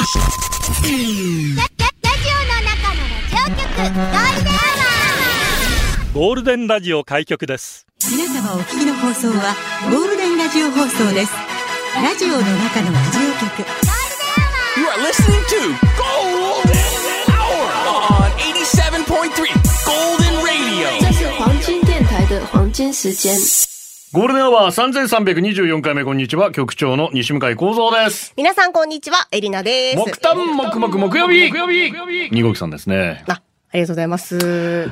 ゴールデンラジオ開局です。 皆様お聞きの放送はゴールデンラジオ放送です。ラジオの中のラジオ局 You are listening to Golden Hour on 87.3 Golden Radio。 这是黄金電台的黄金時間。 ゴールデンアワー3324回目、こんにちは、局長の西向井光三です。 皆さんこんにちは、エリナです。 木炭木木木曜日二号機さんですね。 ありがとうございます。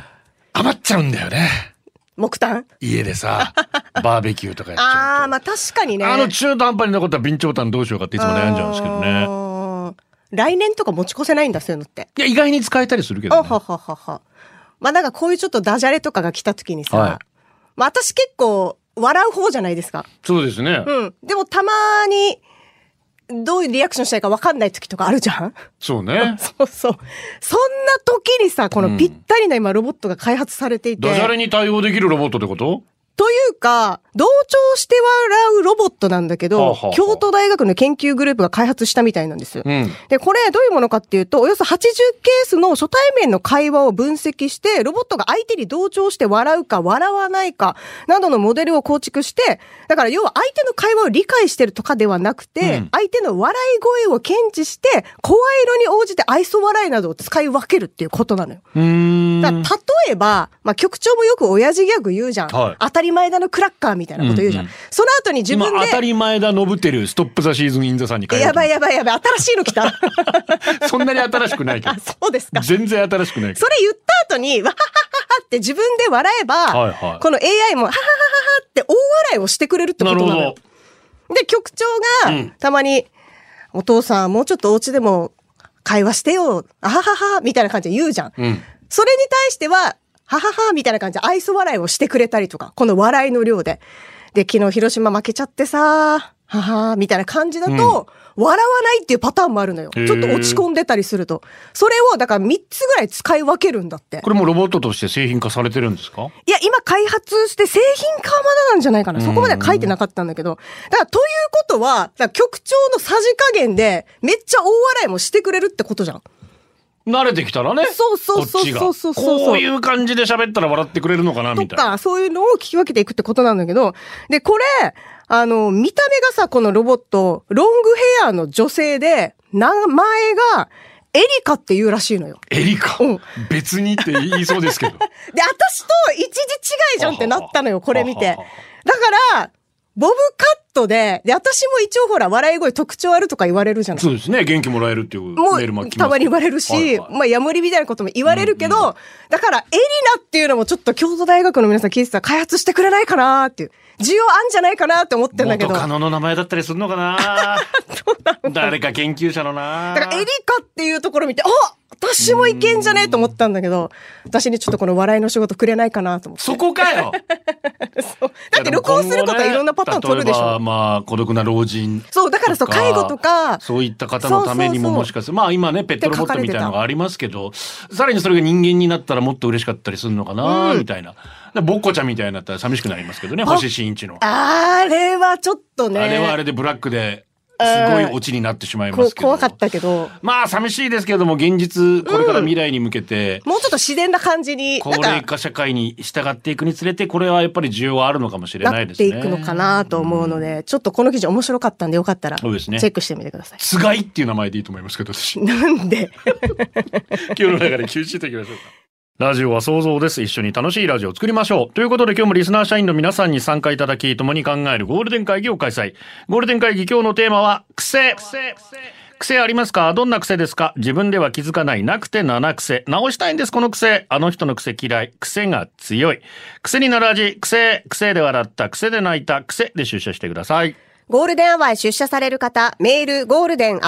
余っちゃうんだよね、 木炭家でさバーベキューとかやっちゃうと。 まあ確かにね、 中途半端に残った備長炭どうしようかっていつも悩んじゃうんですけどね。 来年とか持ち越せないんだ、そういうのって。 いや、意外に使えたりするけどね。 まあなんかこういうちょっとダジャレとかが来た時にさ、 はい、 まあ私結構笑う方じゃないですか。 そうですね。 でもたまにどういうリアクションしたいか分かんない時とかあるじゃん。 そうね。 そう。そんな時にさ、このぴったりな今ロボットが開発されていて。 ダジャレに対応できるロボットってこと？ というか、同調して笑うロボットなんだけど、京都大学の研究グループが開発したみたいなんです。で、これどういうものかっていうと、およそ80ケースの初対面の会話を分析して、ロボットが相手に同調して笑うか笑わないか、などのモデルを構築して、だから要は相手の会話を理解してるとかではなくて、相手の笑い声を検知して、声色に応じて愛想笑いなどを使い分けるっていうことなのよ。だから例えば、まあ局長もよく親父ギャグ言うじゃん。当たり前だのクラッカーみたいなこと言うじゃん。その後に自分で。 今当たり前だノブテルストップザシーズンインザさんに変える。 やばい。新しいの来た。 そんなに新しくないけど。 そうですか。 全然新しくないけど。 それ言った後に、わははははって自分で笑えば、この AI もはははははって大笑いをしてくれるってことなのよ。で、局長が、たまに、お父さんもうちょっとお家でも会話してよ、あはははみたいな感じで言うじゃん。それに対しては、はははみたいな感じで愛想笑いをしてくれたりとか、この笑いの量で。で、昨日広島負けちゃってさ、ははみたいな感じだと、笑わないっていうパターンもあるのよ。ちょっと落ち込んでたりすると。それを、だから3つぐらい使い分けるんだって。 これもロボットとして製品化されてるんですか？ いや、今開発して製品化はまだなんじゃないかな。そこまでは書いてなかったんだけど。だから、ということは、局長のさじ加減で、めっちゃ大笑いもしてくれるってことじゃん。 慣れてきたらね。 そう。 こういう感じで喋ったら笑ってくれるのかなみたいな。 とか、そういうのを聞き分けていくってことなんだけど、で、これ、見た目がさ、このロボット、ロングヘアの女性で、名前が、エリカって言うらしいのよ。 エリカ、別にって言いそうですけど。 で、私と一時違いじゃんってなったのよ、これ見て。だから、ボブカットで、私も一応ほら、笑い声特徴あるとか言われるじゃない。 そうですね。元気もらえるっていうメールも来ます。 たまに言われるし、まあ、ヤモリみたいなことも言われるけど、だから、エリナっていうのもちょっと京都大学の皆さん聞いてたら開発してくれないかなっていう。需要あんじゃないかなって思ってんだけど。 元カノの名前だったりするのかな誰か研究者のな。 だからエリカっていうところ見て、私もいけんじゃねえと思ったんだけど、私にちょっとこの笑いの仕事くれないかなと思って。 そこかよそうだって録音することはいろんなパターン取るでしょ。 例えばまあ孤独な老人。 そう、だからそう、介護とか。 そういった方のためにももしかする。まあ今ね、ペットロボットみたいなのがありますけど、さらにそれが人間になったらもっと嬉しかったりするのかな、みたいな。ボッコちゃんみたいになったら寂しくなりますけどね、星新一の。 あれはちょっとね。 あれはあれでブラックで、すごいオチになってしまいますけど。 怖かったけど。 まあ寂しいですけれども、現実、これから未来に向けて、 もうちょっと自然な感じに。 高齢化社会に従っていくにつれて、これはやっぱり需要はあるのかもしれないですね。 なっていくのかなと思うので、ちょっとこの記事面白かったんでよかったら、チェックしてみてください。 つがいっていう名前でいいと思いますけど、私。 なんで今日の中で吸収していきましょうか。ラジオは想像です。一緒に楽しいラジオを作りましょう。ということで今日もリスナー社員の皆さんに参加いただき、共に考えるゴールデン会議を開催。ゴールデン会議今日のテーマは、癖。癖ありますか？どんな癖ですか？自分では気づかないなくて7癖。直したいんです、この癖。あの人の癖嫌い。癖が強い。癖になる味。癖で笑った。癖で泣いた。癖で出社してください。 ゴールデンアワーへ出社される方、メール、ゴールデン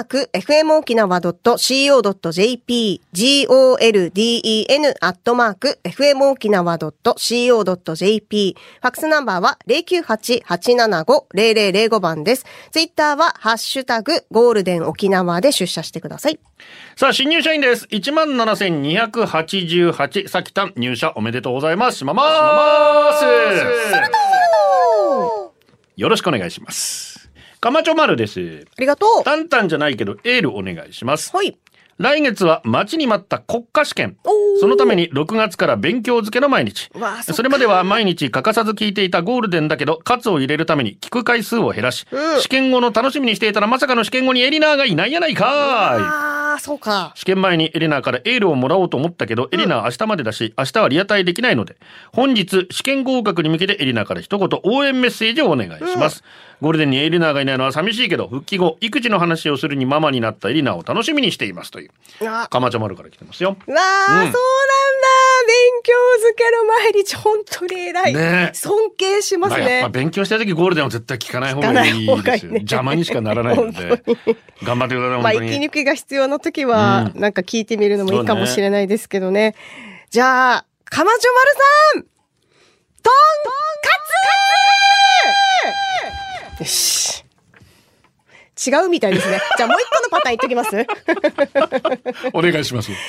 @fmokinawa.co.jp、golden@fmokinawa.co.jp、ファックスナンバーは 098-875-0005 番です。ツイッターは、ハッシュタグ、ゴールデン沖縄で出社してください。 さあ、新入社員です。17,288、さきたん、入社おめでとうございます。しままーす。よろしくお願いします。 かまちょまるです。 ありがとう。 タンタンじゃないけどエールお願いします。 はい。 来月は待ちに待った国家試験。そのために6月から勉強漬けの毎日。それまでは毎日欠かさず聞いていたゴールデンだけど、カツを入れるために聞く回数を減らし、試験後の楽しみにしていたら、まさかの試験後にエリナーがいないやないかーい。 ああ、そうか。 試験前にエリナーからエールをもらおうと思ったけど、エリナー明日までだし、明日はリアタイできないので、本日試験合格に向けてエリナーから一言応援メッセージをお願いします。ゴールデンにエリナーがいないのは寂しいけど、復帰後育児の話をするにママになったエリナーを楽しみにしていますというかまちょまるから来てますよ。 うわー、そうなんだ。勉強漬けの毎日本当に偉い、ね、尊敬しますね。 やっぱ勉強したい時ゴールデンは絶対聞かない方がいいですよ、ね、邪魔にしかならないので頑張ってください。 息抜きが必要な時は、なんか聞いてみるのもいいかもしれないですけどね。じゃあかまちょまるさん、とんかつよし、違うみたいですね。じゃあもう一個のパターン言っときますお願いします。かまちょまるさん、フレフレかまちょまる、フレフレかまちょまる、フレ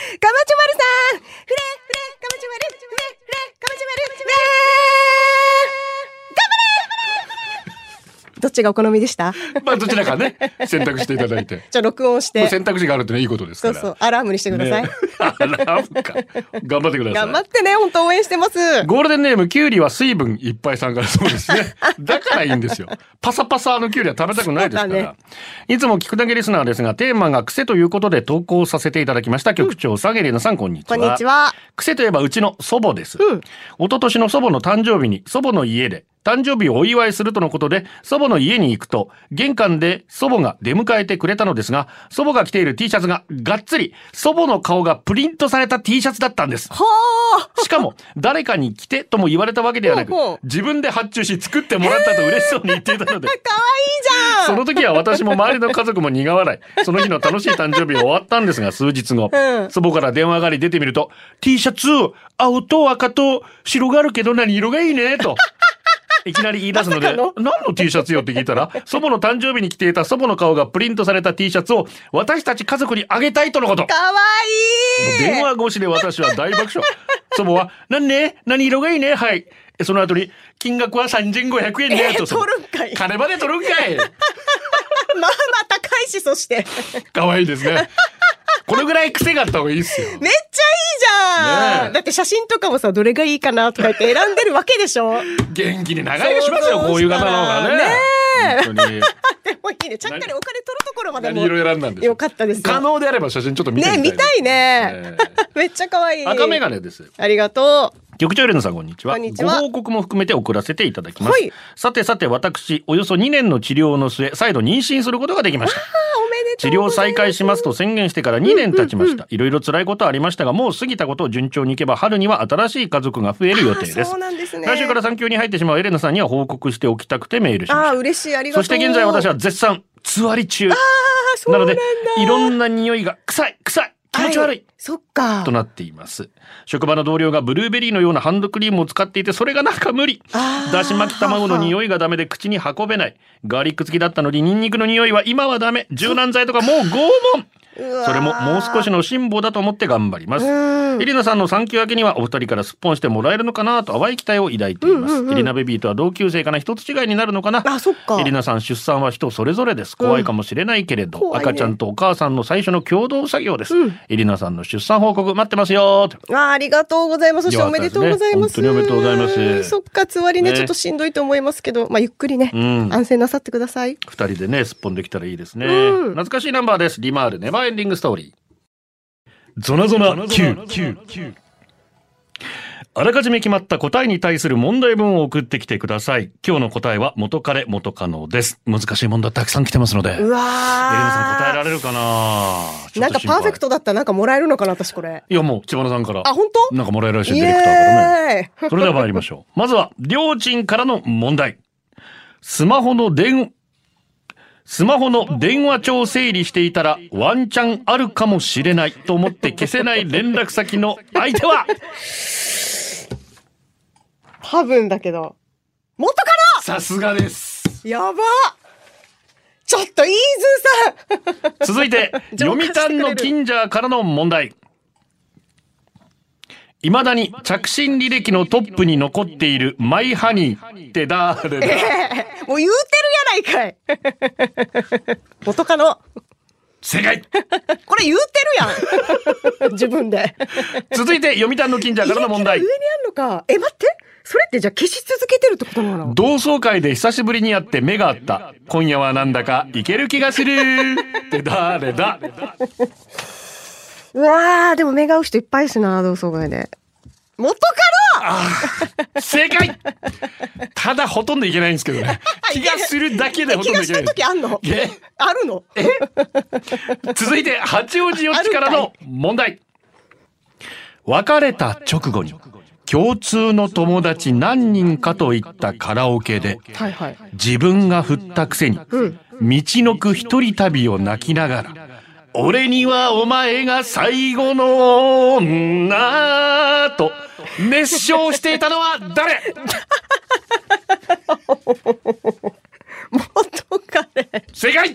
どっちがお好みでした？まあどちらかね選択していただいてじゃあ録音して選択肢があるってのはいいことですから。 そうそう、アラームにしてください、ね、 アラームか頑張ってください。 頑張ってね、本当応援してます。 ゴールデンネームキュウリは水分いっぱいさんからそうですねだからいいんですよ。パサパサのキュウリは食べたくないですから、ね、いつも聞くだけリスナーですが、テーマが癖ということで投稿させていただきました。局長サゲリナさん、こんにちは。 こんにちは。 癖といえばうちの祖母です、一昨年の祖母の誕生日に祖母の家で誕生日をお祝いするとのことで祖母の家に行くと、玄関で祖母が出迎えてくれたのですが、祖母が着ている T シャツががっつり祖母の顔がプリントされた T シャツだったんです。しかも誰かに着てとも言われたわけではなく、自分で発注し作ってもらったと嬉しそうに言っていたのでかわいいじゃん。その時は私も周りの家族も苦笑い。その日の楽しい誕生日は終わったんですが、数日後、祖母から電話がり出てみると、 T シャツ青と赤と白があるけど何色がいいねといきなり言い出すので、何の T シャツよって聞いたら、祖母の誕生日に着ていた祖母の顔がプリントされた T シャツを私たち家族にあげたいとのこと。 かわいい。 電話越しで私は大爆笑。祖母は何色がいいね、はい。その後に金額は3500円ねと。 取るんかい。 金まで取るんかい。 まあまあ高いし、そしてかわいいですね。これぐらい癖があった方がいいっすよ。 めっちゃいいじゃん、ね、だって写真とかもさ、どれがいいかなとか言って選んでるわけでしょ。 元気に長生きしますよ、こういう方の方がね。本当にでもいいね、ちゃっかりお金取るところまでも何色選んだんですよかったです。 可能であれば写真ちょっと見てみたいね。見たいね、めっちゃ可愛い。 赤メガネです。 ありがとう。 局長エレナさん、こんにちは。ご報告も含めて送らせていただきます、はい、さて私およそ2年の治療の末、再度妊娠することができました。 おめでとう。 治療再開しますと宣言してから2年経ちました、いろいろ辛いことはありましたが、もう過ぎたことを順調にいけば春には新しい家族が増える予定です。 そうなんですね。 来週から産休に入ってしまうエレナさんには報告しておきたくてメールしました。 嬉しい、ありがとう。 そして現在私は絶賛つわり中なので、いろんな匂いが臭い気持ち悪い、 そっかとなっています。職場の同僚がブルーベリーのようなハンドクリームを使っていて、それがなんか無理。だし巻き卵の匂いがダメで口に運べない。ガーリック付きだったのにニンニクの匂いは今はダメ。柔軟剤とかもう拷問。それももう少しの辛抱だと思って頑張ります。エリナさんの産休明けにはお二人からすっぽんしてもらえるのかなと淡い期待を抱いています、エリナベビーとは同級生かな、一つ違いになるのかな。 そっか。 エリナさん、出産は人それぞれです。怖いかもしれないけれど、赤ちゃんとお母さんの最初の共同作業です、エリナさんの出産報告待ってますよ。 ありがとうございます。そしておめでとうございます。 本当におめでとうございます。 そっか、つわりね、ちょっとしんどいと思いますけど、ゆっくりね、安静なさってください。 二人でね、すっぽんできたらいいですね、懐かしいナンバーです。リマールネバーエンディングストーリー。ゾナゾナ Q。 あらかじめ決まった答えに対する問題文を送ってきてください。今日の答えは元彼元カノです。難しい問題たくさん来てますので、 うわー、 エレナさん答えられるかな。 なんかパーフェクトだったらなんかもらえるのかな、私これ。 いや、もう千葉さんから本当なんかもらえるらしい、ディレクターからね。それでは参りましょう。まずはりょーちんからの問題。スマホの電話帳整理していたらワンチャンあるかもしれないと思って消せない連絡先の相手は多分だけど元カノ。 さすがです。 やば、ちょっとイーズーさん続いて読谷の金ジャーからの問題。未だに着信履歴のトップに残っているマイハニーって誰だ、 もう言うてるやないかい。元カノ。 正解。 これ言うてるやん。自分で。 続いて、読谷の金ちゃんからの問題。 上にあんのか。待って。それってじゃあ消し続けてるってことなの？ 同窓会で久しぶりに会って目が合った。今夜はなんだかいける気がする。って誰だ？ うわー、でも目が合う人いっぱいですな、同窓会で。元カノ。 正解。ただほとんどいけないんですけどね。気がするだけでほとんどいけない。 気がした時あんの？あるの？ 続いて八王子よっちからの問題。別れた直後に共通の友達何人かといったカラオケで、 はいはい、 自分が振ったくせに、道のく一人旅を泣きながら、俺にはお前が最後の女と熱唱していたのは誰？ 元カレ。 正解。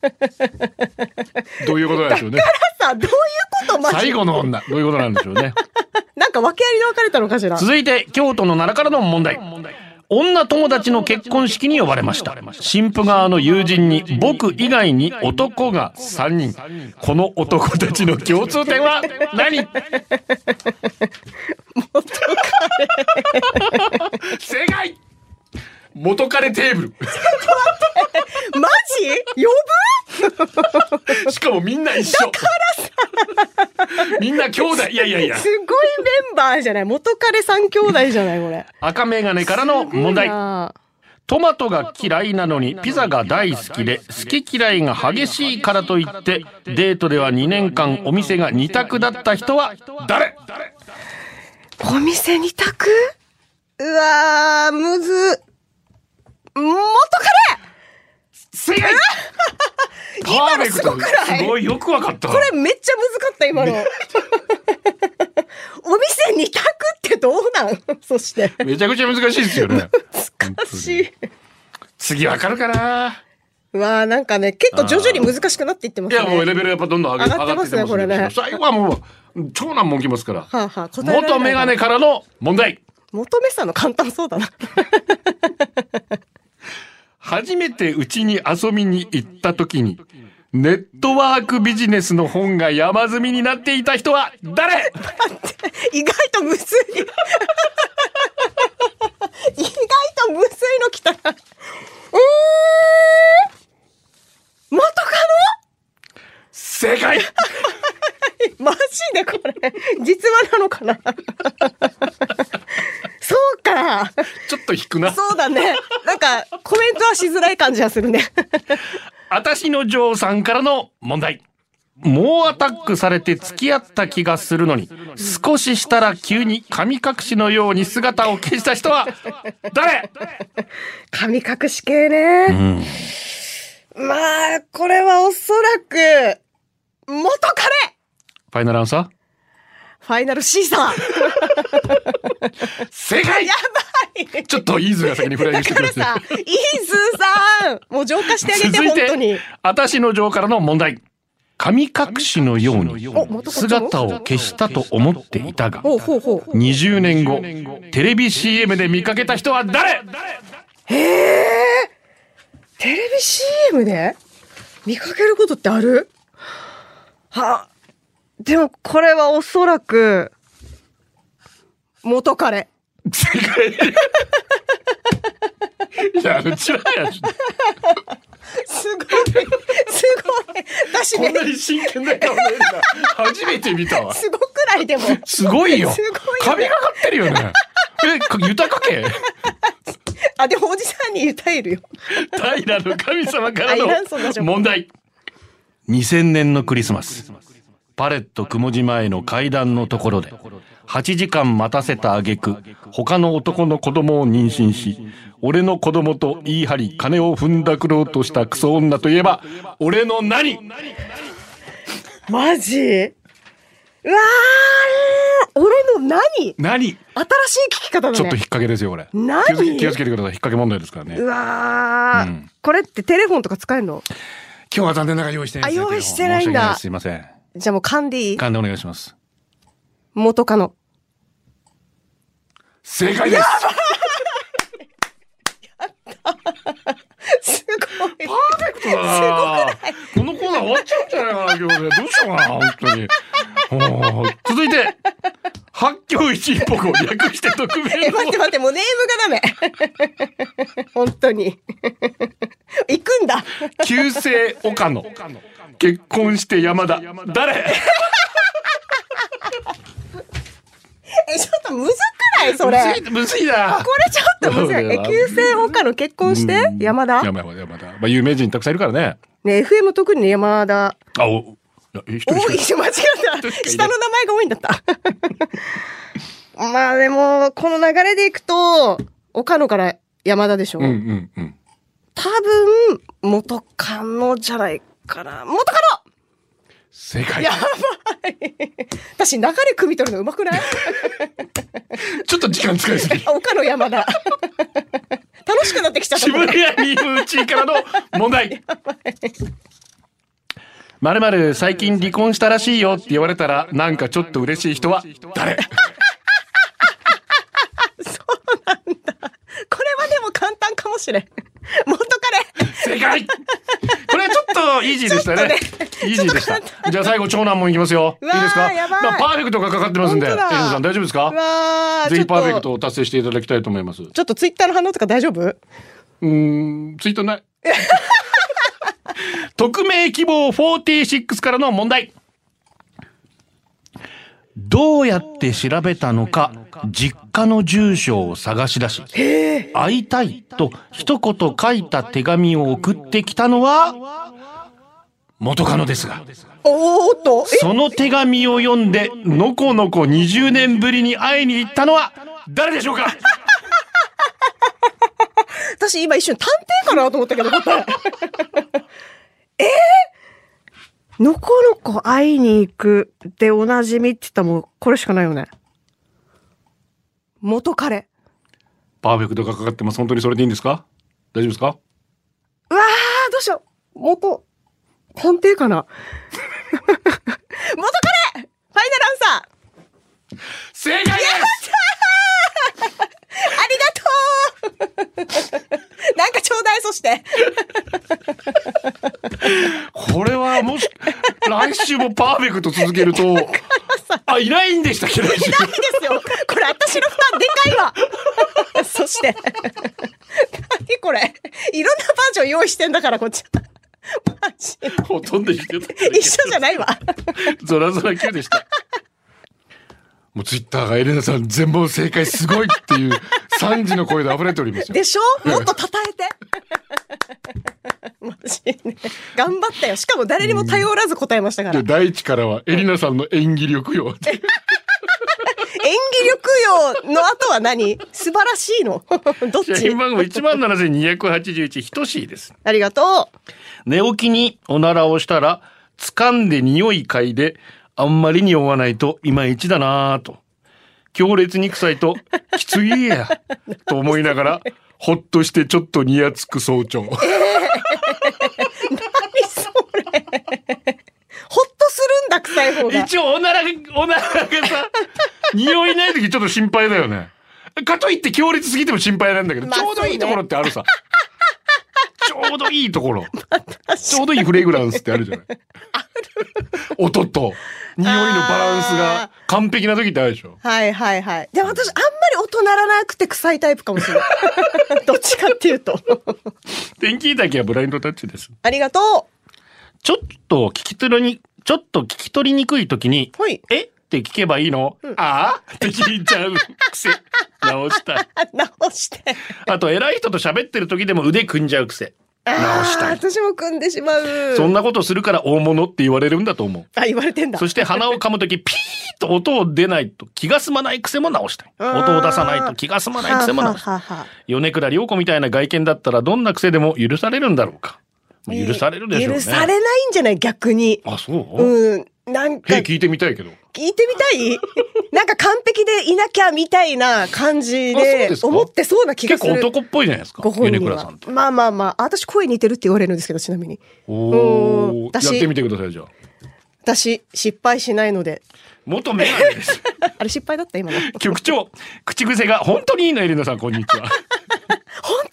どういうことなんでしょうね。 だからさ、どういうことマジ？ 最後の女。どういうことなんでしょうね。 なんか訳ありで別れたのかしら。 続いて、京都の奈良からの問題。女友達の結婚式に呼ばれました。新婦側の友人に僕以外に男が3人。この男たちの共通点は何？元カレ。正解。元カレテーブル。 マジ？呼ぶ？しかもみんな一緒。だからさ。みんな兄弟。いやいやいや。 すごいメンバーじゃない。元カレ3兄弟じゃないこれ。 赤メガネからの問題。トマトが嫌いなのにピザが大好きで好き嫌いが激しいからといってデートでは2年間お店が2択だった人は誰？ お店2択？うわー、むず。元カレ。 正解。 今のすごくない？ すごいよくわかった。 これめっちゃむずかった今の。お店2択ってどうなん？そしてめちゃくちゃ難しいですよね。 難しい。 次わかるかな？ うわー、なんかね、結構徐々に難しくなっていってますね。 いやもうレベルやっぱどんどん上がってますねこれね。 最後はもう長男も来ますから。 はあはあ、 元メガネからの問題。 元メさんの簡単そうだな。 初めてうちに遊びに行った時にネットワークビジネスの本が山積みになっていた人は誰？ 意外とむずい。意外とむずいの来た。元カノ？ 正解。 マジでこれ実話なのかな？そうか。 ちょっと引くな。 そうだね。なんかコメントはしづらい感じがするね。 あたしのジョーさんからの問題。猛アタックされて付き合った気がするのに少ししたら急に神隠しのように姿を消した人は誰？ 神隠し系ね。まあこれはおそらく元カレ。 ファイナルアンサー？ ファイナル C さん。 正解。 やばい。 ちょっとイーズが先にフライングしてください。 だからさ、イーズさん、もう浄化してあげて。 続いて本当に。 あたしのジョーからの問題。神隠しのように姿を消したと思っていたが、20年後テレビ CM で見かけた人は誰？ テレビ CM で見かけることってある？でもこれはおそらく元カレ。 正解。いやちらや。 すごい。私ね、 こんなに真剣な顔で初めて見たわ。 すごくないでも。 すごいよ。 すごいよね。 神がかってるよね。豊か家？ でもおじさんに歌えるよ。 平の神様からの問題。2000年のクリスマス。パレット雲島への階段のところで8時間待たせた挙句他の男の子供を妊娠し、俺の子供と言い張り金を踏んだくろうとしたクソ女といえば俺の何？ マジ？うわー、俺の何？新しい聞き方だね。 ちょっと引っ掛けですよこれ。 何？ 気をつけてください。引っ掛け問題ですからね。 うわー、これってテレフォンとか使えるの？ 今日は残念ながら用意してないんですよ。 用意してないんだ。 すいません。 じゃあもう勘でいい？ 勘でお願いします。 元カノ。 正解です。 やった。すご今日ね。どうしようかな、本当に。続いて、八教一一歩を略して匿名の。 待って、もうネームがダメ。本当に。行くんだ。 旧姓岡野。結婚して山田。誰？ ちょっとむずくないそれ。 むずいな。 これちょっとむずい。旧姓岡野結婚して山田。 山田。まあ有名人たくさんいるからね。 ね、FM 特にね、山田。 あ、 多い、間違った。下の名前が多いんだった。まあでも、この流れでいくと、岡野から山田でしょ。多分、元カノじゃないかな。元カノ正解。 やばい。私、流れ汲み取るの上手くない？ ちょっと時間使いすぎ。 岡野山田。楽しくなってきちゃった。 渋谷にムチからの問題。〇〇最近離婚したらしいよって言われたらなんかちょっと嬉しい人は誰？ そうなんだ。これはでも簡単かもしれん。元彼。 正解。これはちょっとイージーでしたね。イージーでした。じゃあ最後長男もいきますよ。いいですか？ やばい。 まあパーフェクトがかかってますんで、エリナさん大丈夫ですか？ぜひパーフェクトを達成していただきたいと思います。 ちょっとツイッターの反応とか大丈夫？ ツイートない。匿名希望46からの問題。どうやって調べたのか実家の住所を探し出し会いたいと一言書いた手紙を送ってきたのは元カノですが、 おーっとその手紙を読んでのこのこ20年ぶりに会いに行ったのは誰でしょうか？ 私今一瞬探偵かなと思ったけど答えのこのこ会いに行くでおなじみって言ったらもうこれしかないよね。元彼。 パーフェクトがかかってます。本当にそれでいいんですか？大丈夫ですか？ うわーどうしよう。探偵かな元彼ファイナルアンサー正解です。 ありがとうなんかちょうだい。そしてこれはもし来週もパーフェクト続けるといないんでしたっけ？いないですよ。これ私の負担でかいわそして何これいろんなバージョン用意してんだからこっちマジほとんど一緒じゃないわゾラゾラ級でした。もうツイッターがエレナさん全問正解すごいっていう3時の声で溢れておりますよ。 でしょ？もっと称えてマジね。頑張ったよ。しかも誰にも頼らず答えましたから。 第一からはエリナさんの演技力よ。演技力よの後は何？素晴らしいのどっち？ 社員番号17281等しいです。 ありがとう。 寝起きにおならをしたら掴んで匂い嗅いであんまりに酔わないといまいちだなぁと強烈に臭いときついやと思いながらほっとしてちょっとニヤつく早朝。何それほっとするんだ臭い方が。 一応おならがさ匂いない時ちょっと心配だよね。かといって強烈すぎても心配なんだけど、ちょうどいいところってあるさ。ちょうどいいところ、ちょうどいいフレグランスってあるじゃない。音と匂いのバランスが完璧な時ってあるでしょ。 はいはいはい。でも私あんまり音鳴らなくて臭いタイプかもしれないどっちかっていうと天気だけはブラインドタッチです。 ありがとう。 ちょっと聞き取りにくい時にえって聞けばいいの、ああって聞いちゃう癖直したい。 直してあと偉い人と喋ってる時でも腕組んじゃう癖直したい。 私も組んでしまう。 そんなことするから大物って言われるんだと思う。 言われてんだ。 そして鼻を噛む時ピーッと音を出ないと気が済まない癖も直したい。音を出さないと気が済まない癖も直したい。米倉涼子みたいな外見だったらどんな癖でも許されるんだろうか。許されるでしょうね。 許されないんじゃない？逆に。 あ、そう？ なんか聞いてみたいけど。 聞いてみたい？なんか完璧でいなきゃみたいな感じで思ってそうな気がする。 結構男っぽいじゃないですか。米倉さんって。 まあ私声似てるって言われるんですけど、ちなみに。 やってみてください。じゃあ私失敗しないので。 元メガネですあれ失敗だった今の。 局長口癖が本当にいいのエリナさんこんにちは。 本当に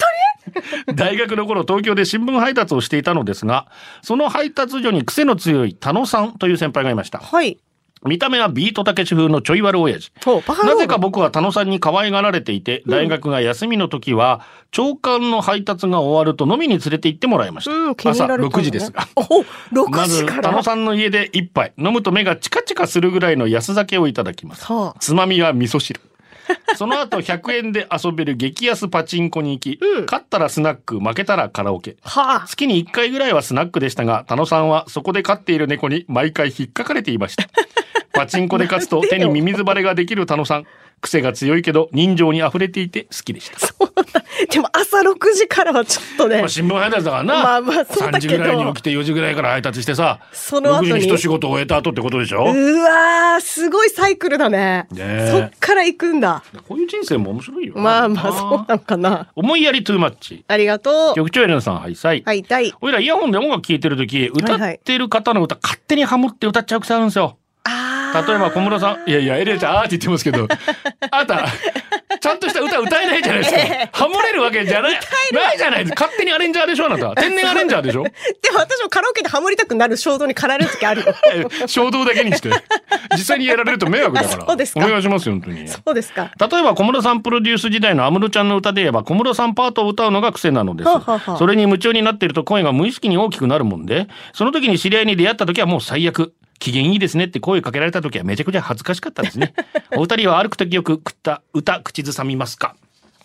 大学の頃東京で新聞配達をしていたのですが、その配達所に癖の強い田野さんという先輩がいました。 はい。 見た目はビートたけし風のちょい悪親父。なぜか僕は田野さんに可愛がられていて、大学が休みの時は朝刊の配達が終わると飲みに連れて行ってもらいました。朝6時ですが。 6時から。 まず田野さんの家で一杯、飲むと目がチカチカするぐらいの安酒をいただきます。つまみは味噌汁。その後100円で遊べる激安パチンコに行き、勝ったらスナック、負けたらカラオケ。月に1回ぐらいはスナックでしたが、田野さんはそこで飼っている猫に毎回引っかかれていました。パチンコで勝つと手にミミズバレができる田野さん。癖が強いけど人情に溢れていて好きでした。 そうだ。でも朝6時からはちょっとね。 新聞配達だからな。 そうだけど 3時ぐらいに起きて4時ぐらいから配達してさ、 その後に 6時に一仕事終えた後ってことでしょ。 うわー、すごいサイクルだね。そっから行くんだ。 こういう人生も面白いよ。 そうなのかな。 思いやりトゥーマッチ。 ありがとう。 局長エレナさん、はいさい。 はいたい。 おいらイヤホンで音楽聴いてるとき、歌ってる方の歌勝手にハモって歌っちゃう癖あるんですよ。例えば小室さん、いやいやエレナちゃんあーって言ってますけど、あなたちゃんとした歌歌えないじゃないですか。ハモれるわけじゃないじゃないですか。勝手にアレンジャーでしょ、あなた。天然アレンジャーでしょ。でも私もカラオケでハモりたくなる衝動に駆られる時あるよ。 衝動だけにして実際にやられると迷惑だから。 そうですか。 お願いしますよ本当に。 そうですか。 例えば小室さんプロデュース時代の安室ちゃんの歌で言えば、小室さんパートを歌うのが癖なのです。それに夢中になっていると声が無意識に大きくなるもんで、その時に知り合いに出会った時はもう最悪。機嫌いいですねって声かけられた時はめちゃくちゃ恥ずかしかったですね。お二人は歩く時よく歌口ずさみますか。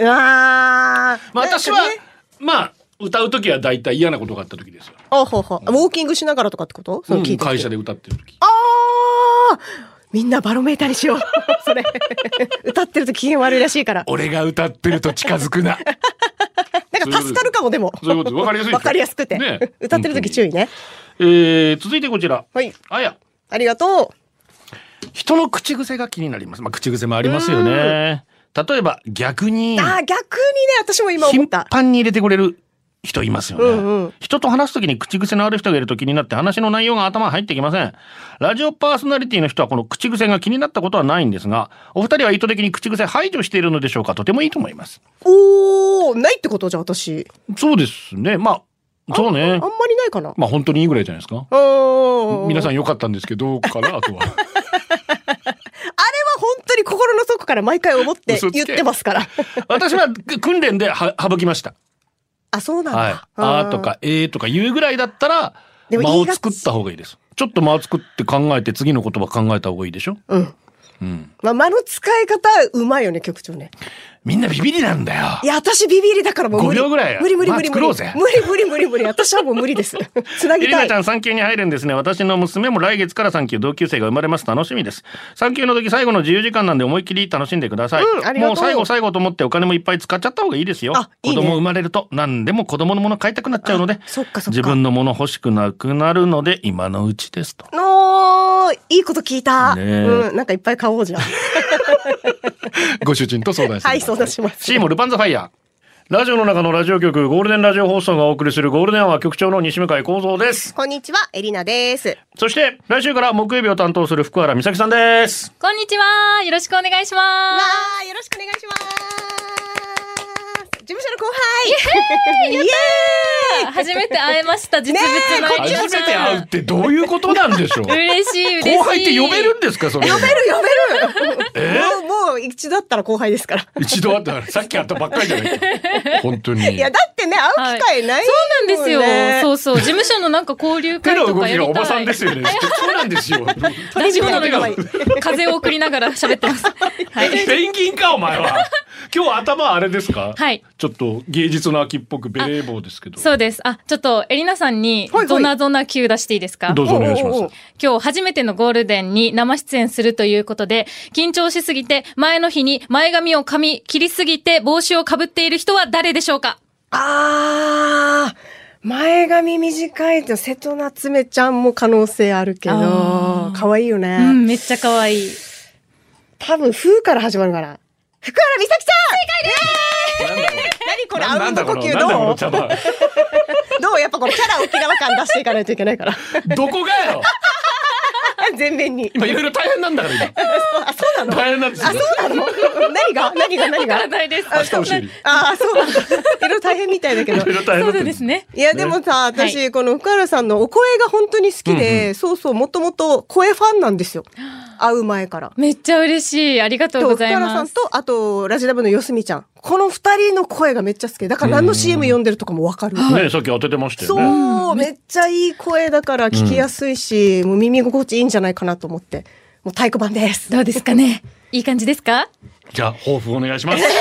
私は歌う時はだいたい嫌なことがあった時ですよ。 ウォーキングしながらとかってこと？ 会社で歌ってる時。 みんなバロメーターにしよう。それ歌ってると機嫌悪いらしいから。 俺が歌ってると近づくな。 なんか助かるかも。でもそういうこと分かりやすい。 分かりやすくて、ね、歌ってる時注意ね。 続いてこちら。 はい。 あや。 ありがとう。 人の口癖が気になります。口癖もありますよね。例えば逆に。 逆にね、私も今思った。 頻繁に入れてくれる人いますよね。人と話すときに口癖のある人がいると気になって話の内容が頭に入ってきません。ラジオパーソナリティの人はこの口癖が気になったことはないんですが、お二人は意図的に口癖排除しているのでしょうか。とてもいいと思います。 ないってことじゃ私。 そうですね。そうね。 あんまりないかな。 本当にいいぐらいじゃないですか。皆さん良かったんですけど、かな、あとは。あれは本当に心の底から毎回思って言ってますから。 私は訓練で省きました。 そうなんだ。 はい。あとかとか言うぐらいだったら、間を作った方がいいです。ちょっと間を作って考えて次の言葉考えた方がいいでしょ。 間の使い方うまいよね、局長ね。 みんなビビりなんだよ。 いや、私ビビりだからもう無理。 5秒ぐらい。 無理。 作ろうぜ。 無理。私はもう無理です。つなぎたい。 エリナちゃん産休に入るんですね。私の娘も来月から産休、同級生が生まれます。楽しみです。産休の時最後の自由時間なんで思いっきり楽しんでください。もう最後と思ってお金もいっぱい使っちゃった方がいいですよ。子供生まれると何でも子供のもの買いたくなっちゃうので、自分のもの欲しくなくなるので今のうちですと。 いいこと聞いた。なんかいっぱい買おうじゃん。 ご主人と相談して。 はい、相談します。 シーモルパンザファイヤー。ラジオの中のラジオ局、ゴールデンラジオ放送がお送りするゴールデンアワー、局長の西向井光三です。 こんにちは、エリナです。 そして来週から木曜日を担当する福原美咲さんです。 こんにちは、よろしくお願いします。 よろしくお願いします。事務所の後輩。イエーイ。初めて会えました。実物の初めて会うってどういうことなんでしょう。 嬉しい。 後輩って呼べるんですか、それ。 呼べる。もう一度会ったら後輩ですから。 一度会ったらさっき会ったばっかりじゃないか。本当に。 いやだってね、会う機会ないもんね。 そうなんですよ。そう事務所のなんか交流会とかやりたい。 手の動きがおばさんですよね。そうなんですよ。 ラジオの風を送りながら喋ってます。 ペンギンかお前は。今日頭あれですか。 はい。 ちょっと芸術の秋っぽくベレー帽ですけど。 そうです。ちょっとエリナさんにゾナ級出していいですか。 どうぞお願いします。 今日初めてのゴールデンに生出演するということで、緊張しすぎて前の日に前髪を切りすぎて帽子をかぶっている人は誰でしょうか。 前髪短いと瀬戸夏目ちゃんも可能性あるけど、可愛いよね。 めっちゃ可愛い。 多分風から始まるから。福原美咲ちゃん。正解です。何これ、あうんの呼吸どうやっぱこのキャラ沖縄感出していかないといけないから。 どこがよ。 全面に。 今いろいろ大変なんだから今。 あ、そうなの？ 大変なんですよ。 あ、そうなの？何がわからないです。 明日教える。 あ、そうなんだ。いろいろ大変みたいだけど。 いろいろ大変そうですね。 いや、でもさ、私、この福原さんのお声が本当に好きで、そうそう、もともと声ファンなんですよ。会う前から。 めっちゃ嬉しい。ありがとうございます。 福原さんと、あと、ラジラブのよすみちゃん。この二人の声がめっちゃ好き。だから何の CM 読んでるとかもわかる。 ね、さっき当ててましたよね。 そう、めっちゃいい声だから聞きやすいし、もう耳心地いいんじゃないかなと思って。もう太鼓判です。 どうですかね。いい感じですか？ じゃあ、抱負お願いします。 冷たい。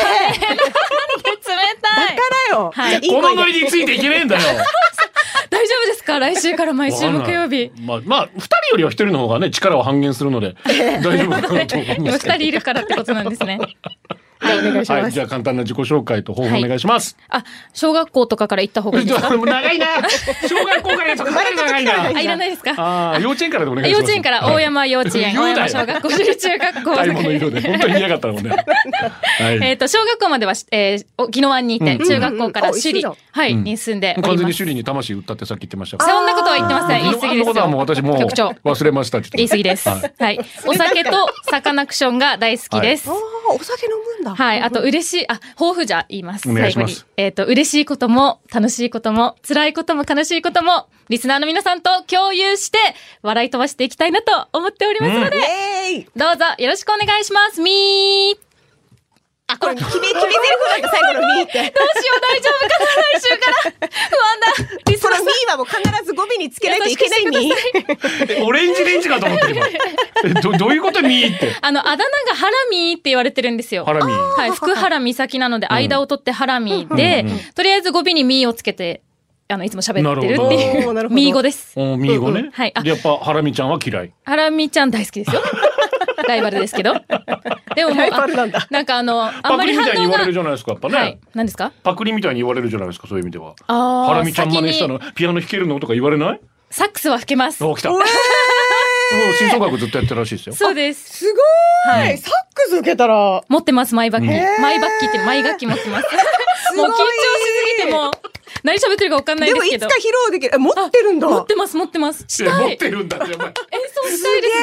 だからよ。 はい。 このノリについていけねえんだよ。 大丈夫ですか？来週から毎週木曜日。 まあ、二人よりは一人の方がね、力を半減するので、大丈夫かなと思います。 でも二人いるからってことなんですね。 はい、お願いします。 はい、じゃあ簡単な自己紹介と抱負お願いします。 あ、小学校とかから行った方がいいですか？ 長いな。小学校からやつかなり長いな。 あ、いらないですか？ ああ、幼稚園からでお願いします。 幼稚園から大山幼稚園、大山小学校、中学校。 買い物色で本当に嫌がったもんね。はい。 小学校までは宜野湾にいて、中学校から首里はいに住んでおります。 完全に首里に魂売ったってさっき言ってました。 そんなことは言ってません。言い過ぎですよ。 そんなことはもう私もう忘れました。 言い過ぎです。はい。お酒とサカナクションが大好きです。 お酒飲むんだ。 はい。あと嬉しい、抱負じゃ言います。 お願いします。 最後に。嬉しいことも、楽しいことも、辛いことも悲しいことも、リスナーの皆さんと共有して、笑い飛ばしていきたいなと思っておりますので、どうぞよろしくお願いします。みー。 あ、これ決め台詞なんだ、最後のミーって。 どうしよう、大丈夫かな、来週から。不安だ。 このミーはもう必ず語尾につけないといけないミー。 オレンジレンジかと思ってる今。どういうことミーって。 あだ名がハラミーって言われてるんですよ。 ハラミー。 はい。福原美なので、間を取ってハラミーで、とりあえず語尾にミーをつけて、いつも喋ってるっていう。ミー語です。 ミー語ね。はい。やっぱハラミちゃんは嫌い。 ハラミちゃん大好きですよ。ライバルですけど。でももう、なんかあんまりパクリみたいに言われるじゃないですか、やっぱね。はい。 何ですか？ パクリみたいに言われるじゃないですか、そういう意味では。ハラミちゃん真似したの、ピアノ弾けるのとか言われない？ サックスは弾けます。 お、来た。もう吹奏楽ずっとやってるらしいですよ。 そうです。 すごーい。サックス受けたら。 持ってます、マイバッキ。マイバッキってマイ楽器持ってます。もう緊張しすぎても。何喋ってるか分かんないですけど。 でもいつか披露できる。持ってるんだ。 持ってます。したい。 持ってるんだ。じゃあ演奏したいです、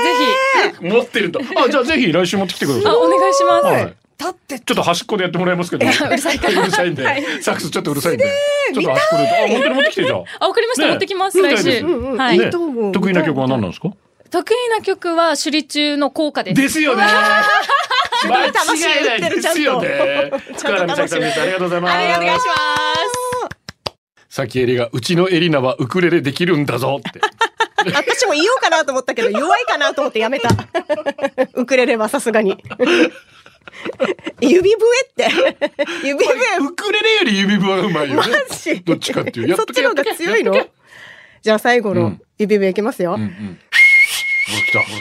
ぜひ。持ってるんだ。じゃあぜひ来週持ってきてください。 お願いします。 だってちょっと端っこでやってもらいますけど。うるさいんで。サックスちょっとうるさいんで。ちょっと端っこで。本当に持ってきてじゃあ。 わかりました。持ってきます。来週。 はい。 得意な曲は何なんですか？ 得意な曲は首里中の校歌です。 ですよね。間違いないですよね。福原美咲さんです。ありがとうございます。 お願いします。 さきえりがうちのエリナはウクレレできるんだぞって。 私も言おうかなと思ったけど弱いかなと思ってやめた。ウクレレはさすがに。指笛って指笛ウクレレより指笛はうまいよね。どっちかっていう。 そっちの方が強いの？じゃあ最後の指笛いきますよ。 来た。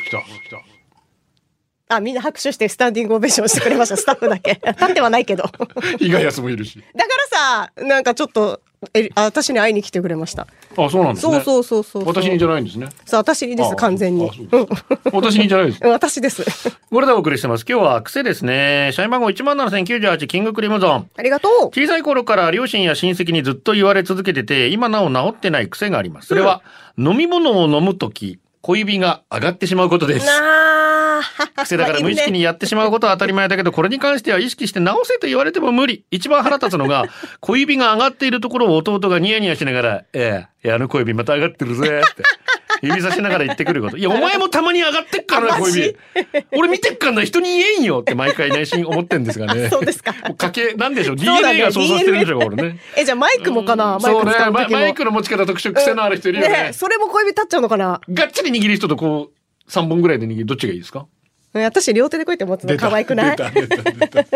みんな拍手してスタンディングオベーションしてくれました。スタッフだけ。立ってはないけど。 伊賀安もいるし。 だからさ、なんかちょっと私に会いに来てくれました。 そうなんですね。 そう。 私にじゃないんですね。 そう、私にです、完全に。 私にじゃないです。 私です。 これでお送りしてます。今日は癖ですね。社員番号17098キングクリムゾン。 ありがとう。 小さい頃から両親や親戚にずっと言われ続けてて、今なお治ってない癖があります。それは、飲み物を飲むとき、小指が上がってしまうことです。癖だから無意識にやってしまうことは当たり前だけど、これに関しては意識して直せと言われても無理。一番腹立つのが、小指が上がっているところを弟がニヤニヤしながら、あの小指また上がってるぜって。指さしながら言ってくること。いや、お前もたまに上がってっからな、小指。俺見てっからな、人に言えんよって毎回内心思ってんですがね。 そうですか。 なんでしょう、DNA が操作してるんでしょう、これね。 じゃあマイクもかな？ そうね、マイクの持ち方特殊、癖のある人いるよね。 それも小指立っちゃうのかな？ がっちり握る人とこう、3本ぐらいで握る、どっちがいいですか？ 私両手でこうやって持つの可愛くない？でもたまになんか熱こも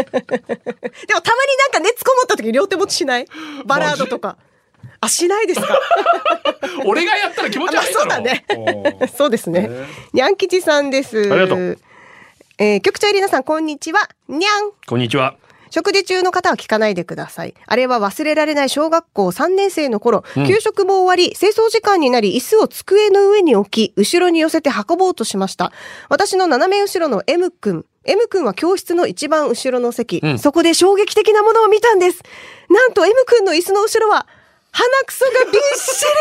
った時両手持ちしない？バラードとか。しないですか？ 俺がやったら気持ち悪いだろ。 そうだね。そうですね。にゃん吉さんです。 ありがとう。 局長エリナさんこんにちは。にゃん。 こんにちは。 食事中の方は聞かないでください。あれは忘れられない小学校3年生の頃、給食も終わり、清掃時間になり、椅子を机の上に置き、後ろに寄せて運ぼうとしました。私の斜め後ろの M 君は教室の一番後ろの席。そこで衝撃的なものを見たんです。なんと M 君の椅子の後ろは、鼻くそがびっしり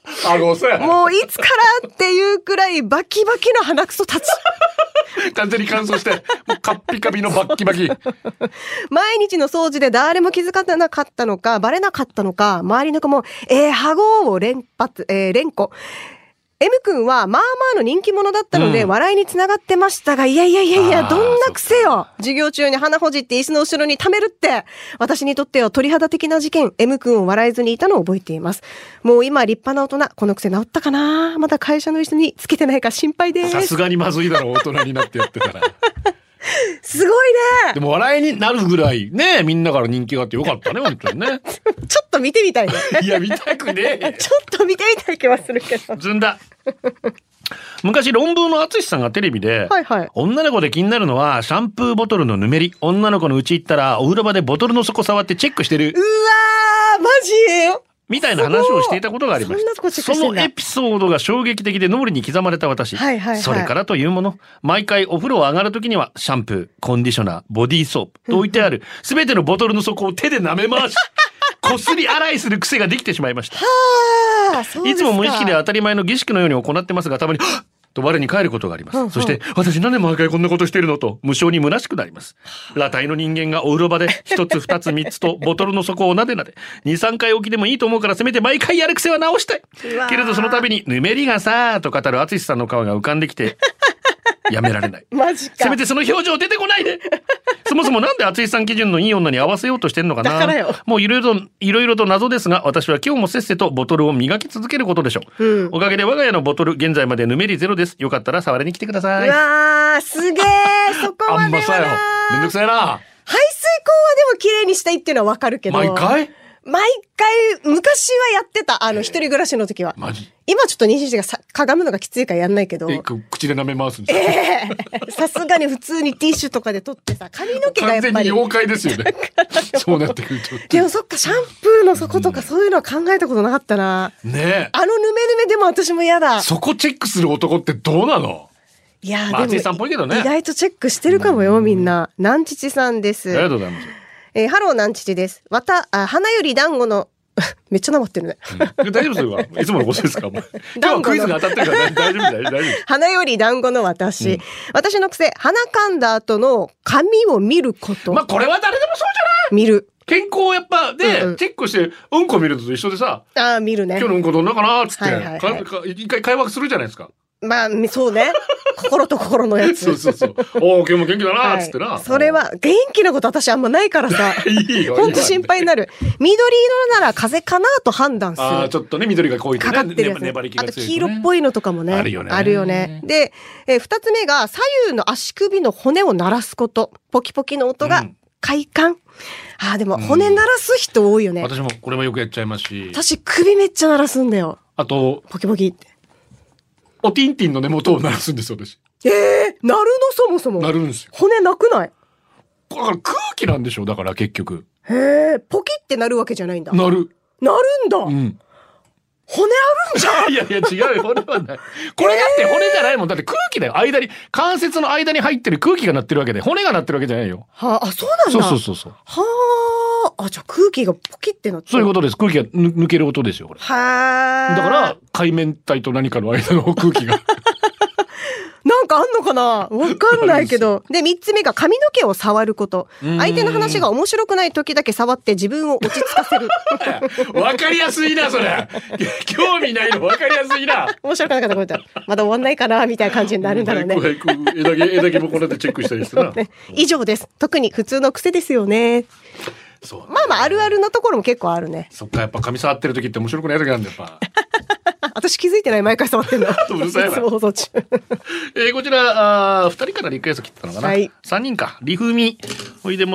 顎そうや。 もういつからっていうくらいバキバキの鼻くそたち。 完全に乾燥して、もうカッピカピのバッキバキ。 毎日の掃除で誰も気づかなかったのか、バレなかったのか、周りの子も、ハゴを連呼。M 君はまあまあの人気者だったので、笑いにつながってましたが、いや、どんな癖よ。授業中に鼻ほじって椅子の後ろに溜めるって。私にとっては鳥肌的な事件、M 君を笑えずにいたのを覚えています。もう今立派な大人、この癖治ったかな？まだ会社の椅子につけてないか心配です。 さすがにまずいだろ、大人になってやってたら。 すごいね。 でも笑いになるぐらいね、みんなから人気があってよかったね、本当にね。 ちょっと見てみたいね。 いや、見たくねえ。 ちょっと見てみたい気はするけど。 ずんだ。昔論文の淳さんがテレビで、女の子で気になるのはシャンプーボトルのぬめり。女の子の家行ったらお風呂場でボトルの底触ってチェックしてる。 うわー、マジ？ みたいな話をしていたことがありました。そのエピソードが衝撃的で脳裏に刻まれた私。それからというもの、毎回お風呂を上がるときにはシャンプー、コンディショナー、ボディーソープと置いてあるすべてのボトルの底を手で舐め回し、こすり洗いする癖ができてしまいました。いつも無意識で当たり前の儀式のように行ってますが、たまにと我に返ることがあります。そして私なんで毎回こんなことしてるのと無性に虚しくなります。裸体の人間がお風呂場で一つ二つ三つとボトルの底をなでなで 2,3 回起きでもいいと思うから、せめて毎回やる癖は直したいけれど、その度にぬめりがさーと語る淳さんの顔が浮かんできてやめられない。 マジか。 せめてその表情出てこないで。そもそもなんで淳さん基準のいい女に合わせようとしてんのかな。 だからよ。 もういろいろと謎ですが、私は今日もせっせとボトルを磨き続けることでしょう。おかげで我が家のボトル現在までぬめりゼロです。よかったら触りに来てください。 うわー、すげー。そこまではな。 あんまさよ。めんどくさいな。 排水口はでも綺麗にしたいっていうのはわかるけど。 毎回昔はやってた。一人暮らしの時は。 マジ？ 今ちょっと妊娠してがかがむのがきついからやんないけど。 口で舐め回すんですか？さすがに普通にティッシュとかで取ってさ、髪の毛がやっぱり。 完全に妖怪ですよね。そうなってくると。 でもそっか、シャンプーの底とかそういうのは考えたことなかったな。 ねえ。 ぬめぬめでも私も嫌だ。 そこチェックする男ってどうなの？ いやー、 でも、さんっぽいけどね。 意外とチェックしてるかもよ、みんな。なんちちさんです。 ありがとうございます。 ハローなんちちです。花より団子のめっちゃなまってるね。 大丈夫それは。いつものことですか。今日はクイズが当たってるから大丈夫。 花より団子の私。私の癖、鼻かんだ後の髪を見ること。 まあこれは誰でもそうじゃない？ 見る。 健康やっぱで、チェックしてうんこ見るのと一緒でさ。 見るね。 今日のうんこどんなかなーっつって、一回会話するじゃないですか。 まあ、そうね。心と心のやつ。 そう。今日も元気だなーっつってな。 それは、元気なこと私あんまないからさ。 いいよ。 ほんと心配になる。緑色なら風邪かなと判断する。 ちょっとね、緑が濃いとね。 かかってるやつね。 粘り気が強いとね。 あと黄色っぽいのとかもね。 あるよね。 あるよね。で、二つ目が左右の足首の骨を鳴らすこと。ポキポキの音が快感。でも骨鳴らす人多いよね。 私もこれもよくやっちゃいますし。 私首めっちゃ鳴らすんだよ。 あと、 ポキポキって。 おティンティンの根元を鳴らすんですよ、私。 鳴るのそもそも。 鳴るんですよ。 骨なくない？ だから空気なんでしょ、だから結局。 ポキって鳴るわけじゃないんだ。 鳴るんだ。骨あるんじゃん。 いや違うよ、骨はない。これだって骨じゃないもん。だって空気だよ。関節の間に入ってる空気が鳴ってるわけで、骨が鳴ってるわけじゃないよ。 そうなんだ。 そう。 じゃあ空気がポキってなってる。 そういうことです。空気が抜ける音ですよ、これ。だから海綿体と何かの間の空気が。 なんかあんのかな？わかんないけど。で、3つ目が髪の毛を触ること。相手の話が面白くない時だけ触って自分を落ち着かせる。 わかりやすいな、それ。興味ないの分かりやすいな。 面白くなかったことまだ終わんないかなみたいな感じになるんだろうね。 枝毛もこうやってチェックしたりしてな。 以上です。特に普通の癖ですよね。まああるあるのところも結構あるね。 そっか、やっぱ髪触ってる時って面白くない時なんだよ、やっぱ。 私気づいてない、毎回触ってんの。 うるさいわ。 いつも放送中。 こちら、2人からリクエスト来ったのかな。3人か。リフミ。ほいでもって、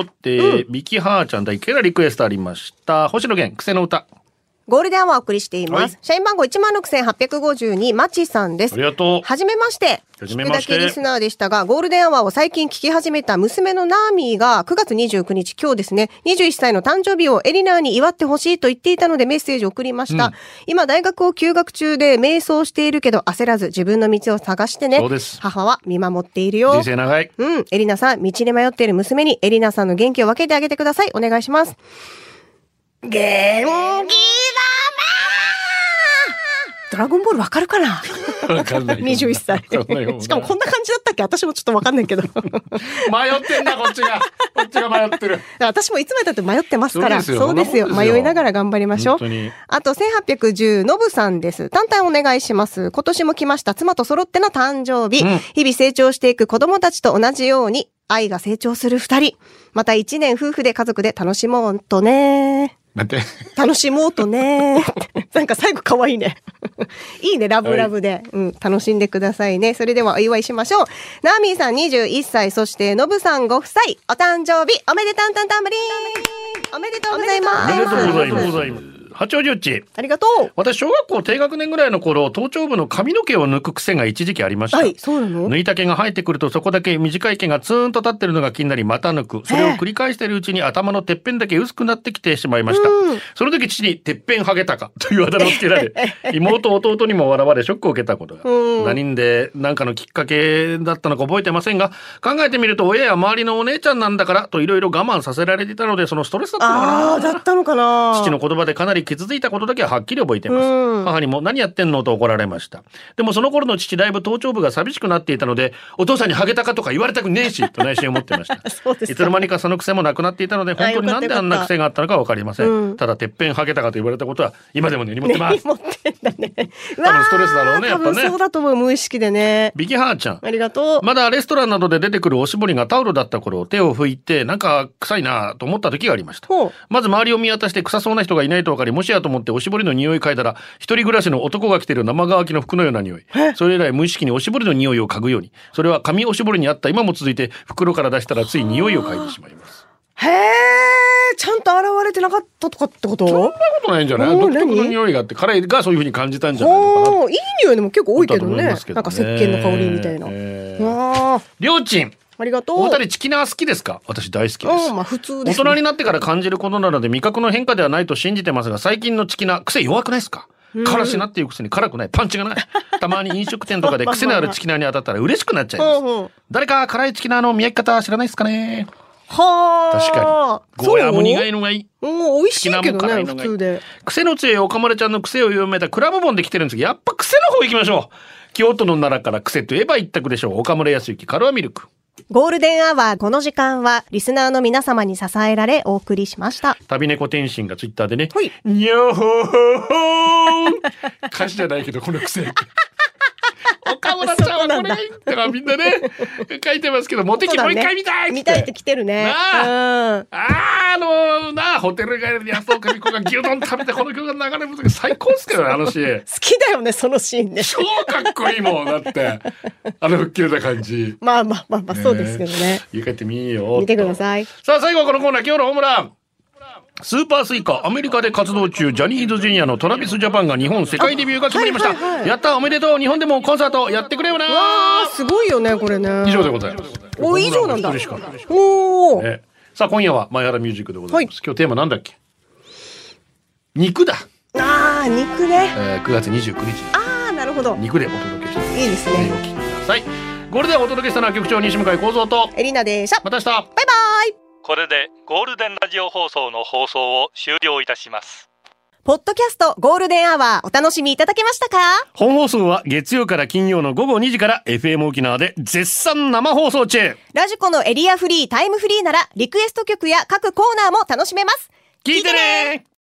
ミキハーちゃん第1回からリクエストありました。星野源、癖の歌。 ゴールデンアワーお送りしています。社員番号 16,852 マチさんです。 ありがとう。 はじめまして。聞くだけリスナーでしたが、ゴールデンアワーを最近聞き始めた娘のナーミーが9月29日今日ですね、21歳の誕生日をエリナーに祝ってほしいと言っていたのでメッセージを送りました。今大学を休学中で瞑想しているけど焦らず自分の道を探してね。 そうです。 母は見守っているよ。 人生長い。 エリナさん、道に迷っている娘にエリナさんの元気を分けてあげてください。お願いします。元気だドラゴンボールわかるかなわかんない。 21歳。しかもこんな感じだったっけ？私もちょっとわかんないけど。迷ってんだ、こっちが。こっちが迷ってる。 私もいつまでだって迷ってますから。 そうですよ。 迷いながら頑張りましょう。あと、1810、のぶさんです。単体お願いします。今年も来ました。妻と揃っての誕生日。日々成長していく子供たちと同じように、愛が成長する二人。また1年夫婦で家族で楽しもうとね。 なんて楽しもうとね。なんか最後可愛いね。いいね、ラブラブで、楽しんでくださいね。それではお祝いしましょう。ナーミーさん21歳、そしてノブさんご夫妻、お誕生日おめでたんたんたんぶりーん。おめでとうございます。 おめでとうございます。八王子うち。 ありがとう。 私、小学校低学年ぐらいの頃、頭頂部の髪の毛を抜く癖が一時期ありました。 はい、そうなの？ 抜いた毛が生えてくると、そこだけ短い毛がツーンと立ってるのが気になり、また抜く。それを繰り返しているうちに頭のてっぺんだけ薄くなってきてしまいました。その時父に、てっぺんハゲたかというあだ名をつけられ、妹、弟にも笑われ、ショックを受けたことが。何で、なんかのきっかけだったのか覚えてませんが、考えてみると、親や周りのお姉ちゃんなんだから、といろいろ我慢させられていたので、そのストレスだったのかな。 だったのかな。 父の言葉でかなり傷ついたことだけははっきり覚えています。母にも何やってんのと怒られました。でもその頃の父だいぶ頭頂部が寂しくなっていたので、お父さんにハゲたかとか言われたくねえしと内心思ってました。いつの間にかその癖もなくなっていたので、本当になんであんな癖があったのか分かりません。ただてっぺんハゲたかと言われたことは今でも根に持ってます。 持ってんだね。 多分ストレスだろうね、やっぱね。 多分そうだと思う、無意識でね。 ビキハーちゃん。 ありがとう。 まだレストランなどで出てくるおしぼりがタオルだった頃、手を拭いてなんか臭いなと思った時がありました。まず周りを見渡して臭そうな人がいないと分かり、もしやと思っておしぼりの匂い嗅いだら、一人暮らしの男が着ている生乾きの服のような匂い。それ以来無意識におしぼりの匂いを嗅ぐように。それは紙おしぼりにあった今も続いて、袋から出したらつい匂いを嗅いでしまいます。 へー、ちゃんと現れてなかったとかってこと？ そんなことないんじゃない？独特の匂いがあって、彼がそういう風に感じたんじゃないのかな。 いい匂いでも結構多いけどね。なんか石鹸の香りみたいな。 りょうちん。 ありがとう。 お二人チキナー好きですか？私大好きです。 まあ普通ですね。 大人になってから感じることなので味覚の変化ではないと信じてますが、最近のチキナー癖弱くないですか？辛しなっていうくせに辛くない、パンチがない。たまに飲食店とかで癖のあるチキナーに当たったら嬉しくなっちゃいます。誰か辛いチキナーの見分け方知らないですかね？ はあ。 確かに。ゴーヤーも苦いのがいい。 美味しいけどね、普通で。 癖の強い岡村ちゃんの癖を読めたクラブ本で来てるんですけど、やっぱ癖の方行きましょう。京都の奈良から癖といえば一択でしょう。岡村康之、カルアミルク。 ゴールデンアワー、この時間はリスナーの皆様に支えられお送りしました。 旅猫天心がツイッターでね、にょほほほー歌詞じゃないけどこの癖岡村ちゃんはこれがいいってのはみんなね書いてますけど、モテキもう一回見たいって見たいって来てるね。 ホテル帰りに麻生久美子が牛丼食べてこの曲が流れる時最高ですけどね、あのシーン。 好きだよね、そのシーンね。 超かっこいいもんだってあの吹っ切れた感じ。 まあそうですけどね。 家帰ってみよう。 見てください。 さあ最後はこのコーナー、今日のホームラン。スーパースイカ、アメリカで活動中ジャニーズジュニアのトラビスジャパンが日本世界デビューが決まりました。やった、おめでとう。日本でもコンサートやってくれよな。 わー、すごいよね、これね。 以上でございます。 以上なんだ。 おー、さあ今夜はマイハラミュージックでございます。今日テーマなんだっけ？肉だ。 肉ね。 9月29日。 なるほど。 肉でお届けしてます。 いいですね。 お聞きください。これでお届けしたのは局長西向井光三とエリナでした。 また明日。バイバイ。 これでゴールデンラジオ放送の放送を終了いたします。 ポッドキャストゴールデンアワーお楽しみいただけましたか？ 本放送は月曜から金曜の午後2時から FM 沖縄で絶賛生放送中。 ラジコのエリアフリータイムフリーならリクエスト曲や各コーナーも楽しめます。 聞いてね。